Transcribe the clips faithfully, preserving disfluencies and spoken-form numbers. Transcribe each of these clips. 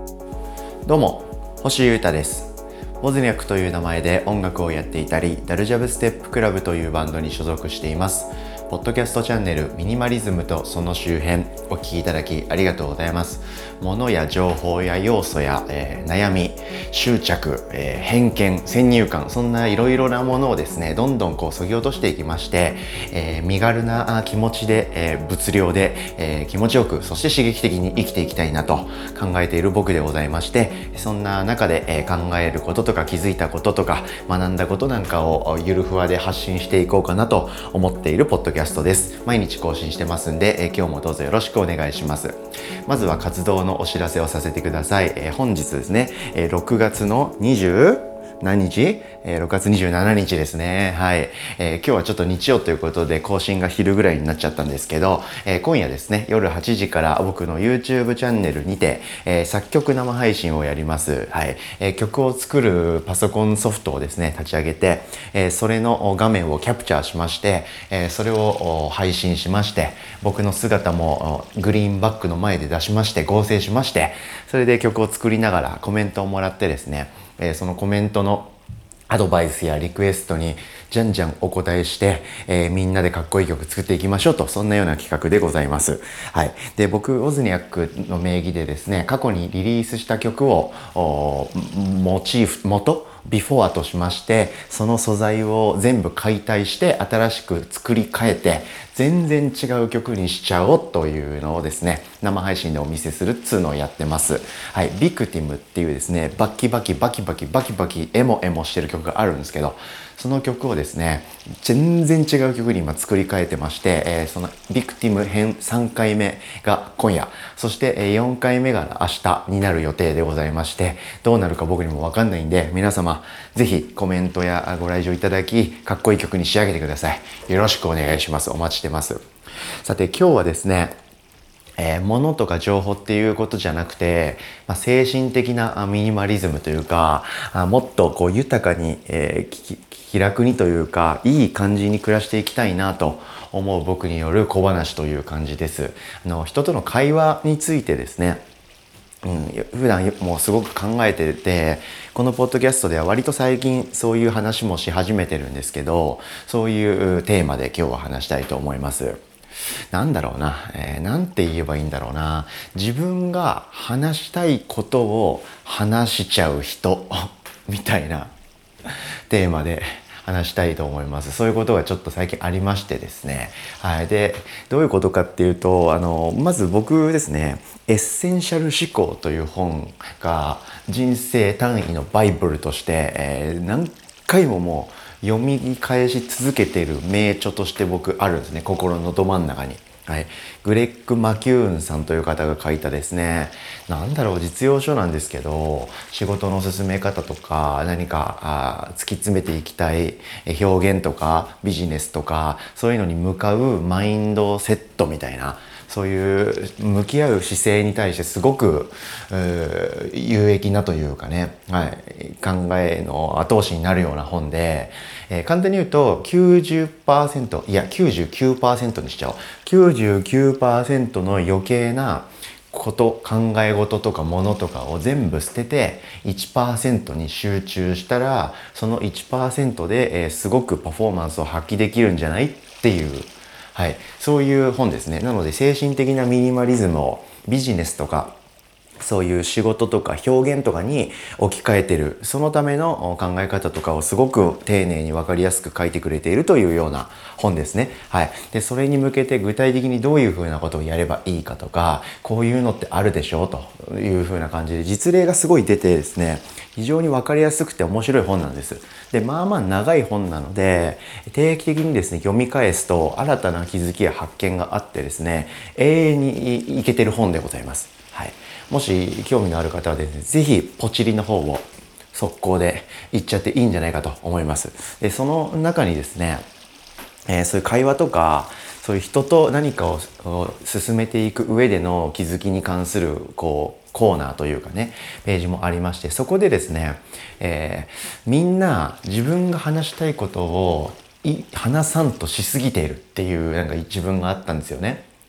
どうも、星優太です。ウォズニャックという名前で音楽をやっていたり、ダルジャブステップクラブというバンドに所属しています。ポッドキャストチャンネルミニマリズムとその周辺お聞きいただきありがとうございます。物や情報や要素や、えー、悩み、執着、えー、偏見、先入観、そんないろいろなものをですね、どんどんこう削ぎ落としていきまして、えー、身軽な気持ちで、えー、物量で、えー、気持ちよく、そして刺激的に生きていきたいなと考えている僕でございまして、そんな中で、えー、考えることとか気づいたこととか学んだことなんかをゆるふわで発信していこうかなと思っているポッドキャストです。毎日更新してますんで、えー、今日もどうぞよろしくお願いします。まずは活動のお知らせをさせてください。えー、本日ですね、えー、ろくがつのにじゅう何日、えー、ろくがつにじゅうしちにちですね。はい、えー、今日はちょっと日曜ということで更新が昼ぐらいになっちゃったんですけど、えー、今夜ですね、夜はちじから僕の YouTube チャンネルにて、えー、作曲生配信をやります。はい、えー、曲を作るパソコンソフトをですね、立ち上げて、えー、それの画面をキャプチャーしまして、えー、それを配信しまして、僕の姿もグリーンバックの前で出しまして、合成しまして、それで曲を作りながらコメントをもらってですね、えー、そのコメントのアドバイスやリクエストにじゃんじゃんお答えして、えー、みんなでかっこいい曲作っていきましょうと、そんなような企画でございます。はい。で、僕、ウォズニャックの名義でですね、過去にリリースした曲をモチーフ、元ビフォーとしまして、その素材を全部解体して新しく作り変えて全然違う曲にしちゃおうというのをですね、生配信でお見せするっつうのをやってます。はい、ビクティムっていうですね、バキバキバキバキバキバキエモエモしてる曲があるんですけど、その曲をですね、全然違う曲に今作り変えてまして、えー、そのビクティム編さんかいめが今夜、そしてよんかいめが明日になる予定でございまして、どうなるか僕にもわかんないんで、皆様ぜひコメントやご来場いただき、かっこいい曲に仕上げてください。よろしくお願いします。お待ちしてます。さて今日はですね、えー、物とか情報っていうことじゃなくて、まあ、精神的なミニマリズムというか、あもっとこう豊かに、えー、気楽にというか、いい感じに暮らしていきたいなと思う僕による小話という感じです。あの人との会話についてですね、うん、普段もうすごく考えてて、このポッドキャストでは割と最近そういう話もし始めてるんですけど、そういうテーマで今日は話したいと思います。なんだろうな、えー、なんて言えばいいんだろうな。自分が話したいことを話しちゃう人みたいなテーマで話したいと思います。そういうことがちょっと最近ありましてですね。はい。で、どういうことかっていうと、あの、まず僕ですね、エッセンシャル思考という本が人生単位のバイブルとして、えー、何回ももう読み返し続けている名著として僕あるんですね、心のど真ん中に。はい、グレッグ・マキューンさんという方が書いたですね、なんだろう、実用書なんですけど、仕事の進め方とか何かあ突き詰めていきたい表現とかビジネスとか、そういうのに向かうマインドセットみたいな、そういう向き合う姿勢に対してすごく有益なというかね、はい、考えの後押しになるような本で、えー、簡単に言うと きゅうじゅっパーセント、いや きゅうじゅうきゅうパーセント にしちゃおう。きゅうじゅうきゅうパーセント の余計なこと、考え事とかものとかを全部捨てて いちパーセント に集中したら、その いちパーセント で、えー、すごくパフォーマンスを発揮できるんじゃないっていう、はい、そういう本ですね。なので精神的なミニマリズムをビジネスとかそういう仕事とか表現とかに置き換えてる、そのための考え方とかをすごく丁寧に分かりやすく書いてくれているというような本ですね。はい。で、それに向けて具体的にどういうふうなことをやればいいかとか、こういうのってあるでしょうというふうな感じで実例がすごい出てですね、非常に分かりやすくて面白い本なんです。で、まあまあ長い本なので、定期的にですね、読み返すと新たな気づきや発見があってですね、永遠にいけてる本でございます。はい。もし興味のある方はですね、ぜひポチリの方を速攻でいっちゃっていいんじゃないかと思います。で、その中にですね、えー、そういう会話とか、そういう人と何かを進めていく上での気づきに関するこうコーナーというかね、ページもありまして、そこでですね、えー、みんな自分が話したいことを話さんとしすぎているっていうなんか自分があったんですよね。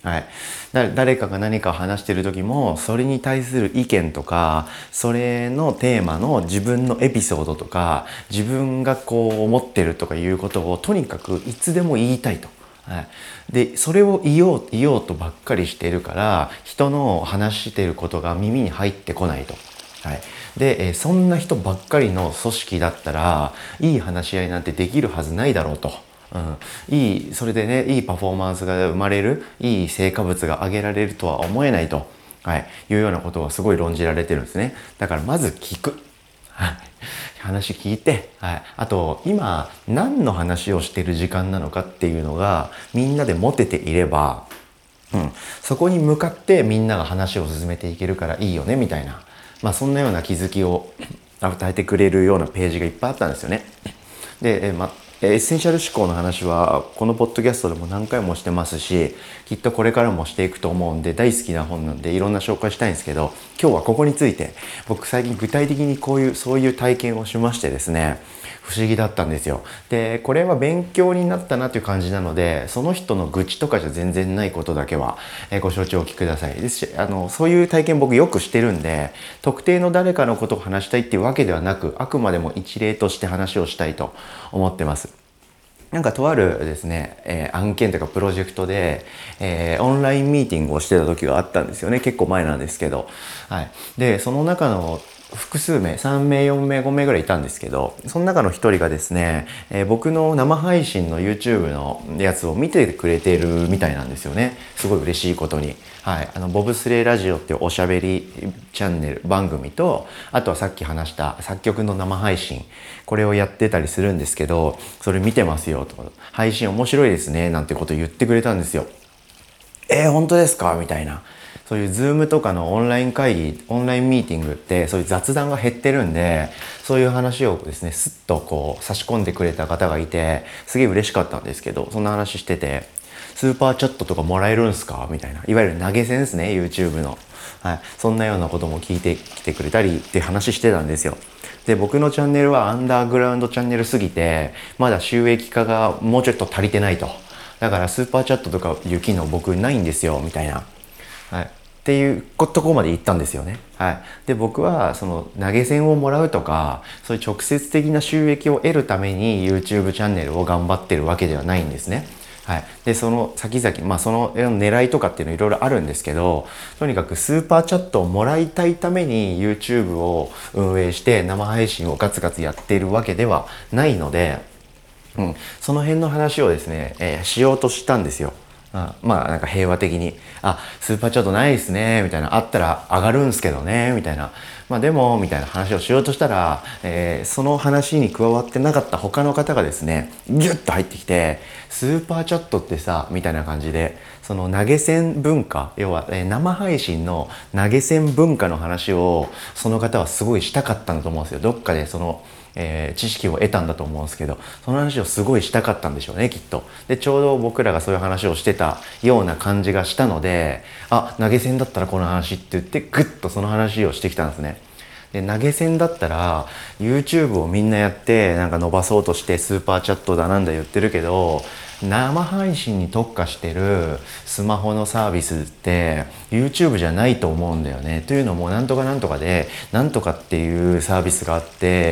はい、だ誰かが何かを話している時もそれに対する意見とかそれのテーマの自分のエピソードとか自分がこう思ってるとかいうことをとにかくいつでも言いたいと。はい、でそれを言おう言おうとばっかりしているから人の話していることが耳に入ってこないと。はい、で、えそんな人ばっかりの組織だったらいい話し合いなんてできるはずないだろうと。うん、いいそれでねいいパフォーマンスが生まれるいい成果物が上げられるとは思えないと、はい、いうようなことがすごい論じられてるんですね。だからまず聞く、はい、話聞いて、はい、あと今何の話をしている時間なのかっていうのがみんなで持てていれば、うん、そこに向かってみんなが話を進めていけるからいいよねみたいな、まあ、そんなような気づきを与えてくれるようなページがいっぱいあったんですよね。で、えまエッセンシャル思考の話はこのポッドキャストでも何回もしてますしきっとこれからもしていくと思うんで大好きな本なんでいろんな紹介したいんですけど、今日はここについて僕最近具体的にこういうそういう体験をしましてですね、不思議だったんですよ。でこれは勉強になったなという感じなのでその人の愚痴とかじゃ全然ないことだけはご承知おきください。ですしあのそういう体験僕よくしてるんで特定の誰かのことを話したいっていうわけではなくあくまでも一例として話をしたいと思ってます。なんかとあるですね、えー、案件というかプロジェクトで、えー、オンラインミーティングをしてた時があったんですよね。結構前なんですけど。はい。で、その中の複数名、さんめい、よんめい、ごめいぐらいいたんですけど、その中のひとりがですね、えー、僕の生配信の YouTube のやつを見てくれているみたいなんですよね。すごい嬉しいことに。はい。あの、ボブスレーラジオっていうおしゃべりチャンネル番組と、あとはさっき話した作曲の生配信、これをやってたりするんですけど、それ見てますよと。配信面白いですね。なんてことを言ってくれたんですよ。えー、本当ですかみたいな。そういうズームとかのオンライン会議、オンラインミーティングってそういう雑談が減ってるんで、そういう話をですね、スッとこう差し込んでくれた方がいて、すげえ嬉しかったんですけど、そんな話してて、スーパーチャットとかもらえるんすかみたいな。いわゆる投げ銭ですね、YouTube の。はい。そんなようなことも聞いてきてくれたりって話してたんですよ。で、僕のチャンネルはアンダーグラウンドチャンネルすぎて、まだ収益化がもうちょっと足りてないと。だからスーパーチャットとかいう機能僕ないんですよ、みたいな。はい。っていうところまで行ったんですよね。はい。で、僕はその投げ銭をもらうとか、そういう直接的な収益を得るために YouTube チャンネルを頑張ってるわけではないんですね。はい。で、その先々、まあその狙いとかっていうのいろいろあるんですけど、とにかくスーパーチャットをもらいたいために YouTube を運営して生配信をガツガツやっているわけではないので、うん、その辺の話をですね、えー、しようとしたんですよ。あまあなんか平和的に、あ、スーパーチャットないですね、みたいな、あったら上がるんすけどね、みたいな。まあでも、みたいな話をしようとしたら、えー、その話に加わってなかった他の方がですね、ギュッと入ってきて、スーパーチャットってさ、みたいな感じで、その投げ銭文化、要は、えー、生配信の投げ銭文化の話を、その方はすごいしたかったんだと思うんですよ。どっかでその、えー、知識を得たんだと思うんですけど、その話をすごいしたかったんでしょうね、きっと。で、ちょうど僕らがそういう話をしてたような感じがしたので、あ、投げ銭だったらこの話って言って、グッとその話をしてきたんですね。で、投げ銭だったら YouTube をみんなやってなんか伸ばそうとしてスーパーチャットだなんだ言ってるけど、生配信に特化してるスマホのサービスって YouTube じゃないと思うんだよね。というのもなんとかなんとかでなんとかっていうサービスがあって、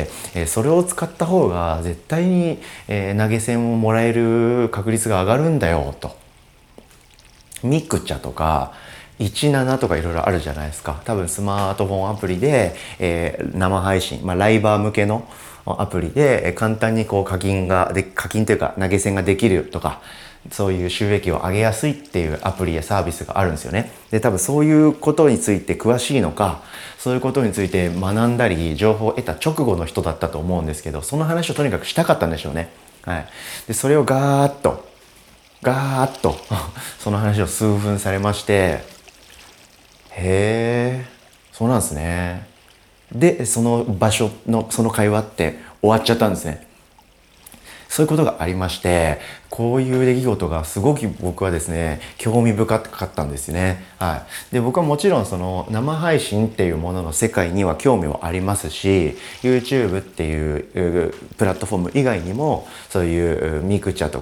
それを使った方が絶対に投げ銭をもらえる確率が上がるんだよと。ミクチャとかじゅうななとかいろいろあるじゃないですか。多分スマートフォンアプリで、えー、生配信、まあ、ライバー向けのアプリで簡単にこう課金がで課金というか投げ銭ができるとか、そういう収益を上げやすいっていうアプリやサービスがあるんですよね。で、多分そういうことについて詳しいのか、そういうことについて学んだり情報を得た直後の人だったと思うんですけど、その話をとにかくしたかったんでしょうね。はい。で、それをガーッとガーッとその話を数分されまして、へえ、そうなんですね。で、その場所のその会話って終わっちゃったんですね。そういうことがありまして、こういう出来事がすごく僕はですね、興味深かったんですね。はい。で、僕はもちろんその生配信っていうものの世界には興味はありますし、YouTube っていうプラットフォーム以外にも、そういうミクチャとか、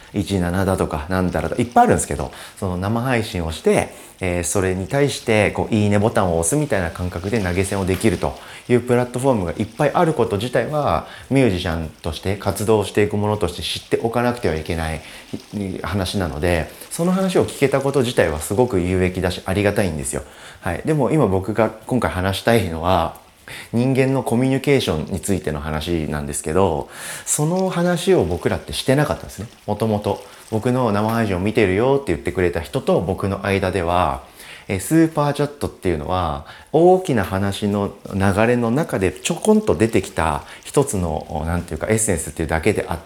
いちじゅうななだとかなんだらいっぱいあるんですけど、その生配信をして、えー、それに対してこういいねボタンを押すみたいな感覚で投げ銭をできるというプラットフォームがいっぱいあること自体は、ミュージシャンとして活動していくものとして知っておかなくてはいけない話なので、その話を聞けたこと自体はすごく有益だしありがたいんですよ。はい、でも今僕が今回話したいのは人間のコミュニケーションについての話なんですけど、その話を僕らってしてなかったんですね。もともと僕の生配信を見てるよって言ってくれた人と僕の間では、スーパーチャットっていうのは大きな話の流れの中でちょこんと出てきた一つのなんていうかエッセンスっていうだけであって、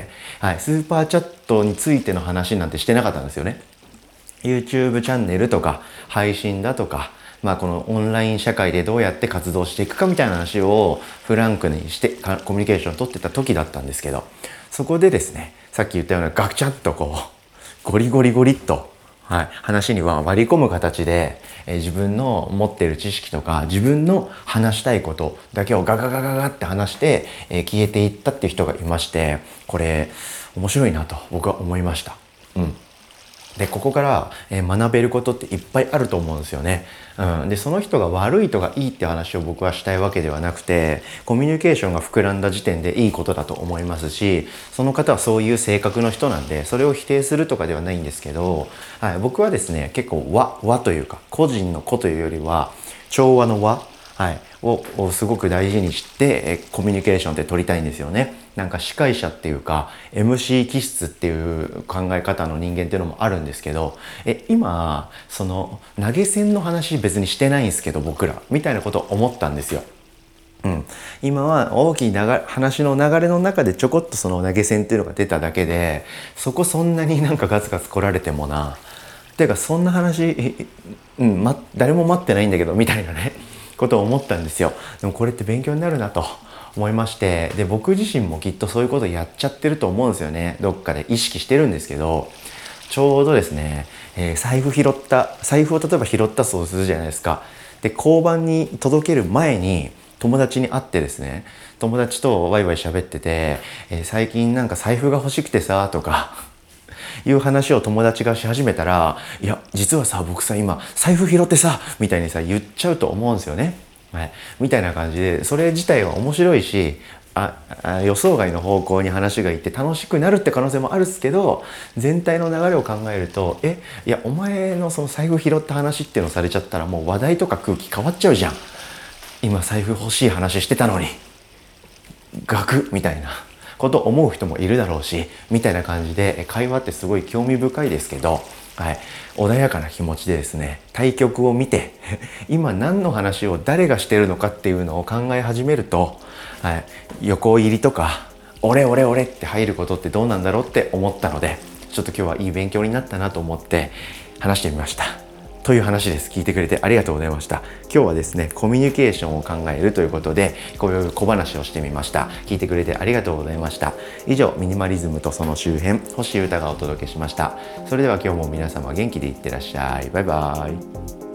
はい、スーパーチャットについての話なんてしてなかったんですよね。YouTube チャンネルとか配信だとか、まあこのオンライン社会でどうやって活動していくかみたいな話をフランクにしてコミュニケーションを取ってた時だったんですけど、そこでですね、さっき言ったようなガチャッとこうゴリゴリゴリっと、はい、話には割り込む形で、えー、自分の持っている知識とか自分の話したいことだけをガガガガガって話して、えー、消えていったっていう人がいまして、これ面白いなと僕は思いました。うんでここから学べることっていっぱいあると思うんですよね。うん、でその人が悪いとかいいって話を僕はしたいわけではなくて、コミュニケーションが膨らんだ時点でいいことだと思いますし、その方はそういう性格の人なんでそれを否定するとかではないんですけど、はい、僕はですね結構和和というか個人の個というよりは調和の和、はい、を, をすごく大事にしてコミュニケーションって取りたいんですよね。なんか司会者っていうか エムシー 気質っていう考え方の人間っていうのもあるんですけど、え今その投げ銭の話別にしてないんですけど僕らみたいなことを思ったんですよ。うん、今は大きい流れ話の流れの中でちょこっとその投げ銭っていうのが出ただけで、そこそんなになんかガツガツ来られてもなっていうか、そんな話、うんま、誰も待ってないんだけどみたいなねことを思ったんですよ。でもこれって勉強になるなと思いまして、で僕自身もきっとそういうことやっちゃってると思うんですよね。どっかで意識してるんですけど、ちょうどですね、えー、財布拾った財布を例えば拾ったそうするじゃないですか。で交番に届ける前に友達に会ってですね、友達とワイワイ喋ってて、えー、最近なんか財布が欲しくてさとかいう話を友達がし始めたら、いや実はさ僕さ今財布拾ってさみたいにさ言っちゃうと思うんですよね。はい、みたいな感じで、それ自体は面白いし、ああ予想外の方向に話がいって楽しくなるって可能性もあるんですけど、全体の流れを考えると、えいやお前のその財布拾った話っていうのされちゃったらもう話題とか空気変わっちゃうじゃん。今財布欲しい話してたのにガクみたいなこと思う人もいるだろうし、みたいな感じで会話ってすごい興味深いですけど、はい、穏やかな気持ちでですね対局を見て今何の話を誰がしてるのかっていうのを考え始めると、はい、横入りとか俺俺俺って入ることってどうなんだろうって思ったので、ちょっと今日はいい勉強になったなと思って話してみましたという話です。聞いてくれてありがとうございました。今日はですねコミュニケーションを考えるということでこういう小話をしてみました。聞いてくれてありがとうございました。以上ミニマリズムとその周辺、星優太がお届けしました。それでは今日も皆様元気でいってらっしゃい。バイバイ。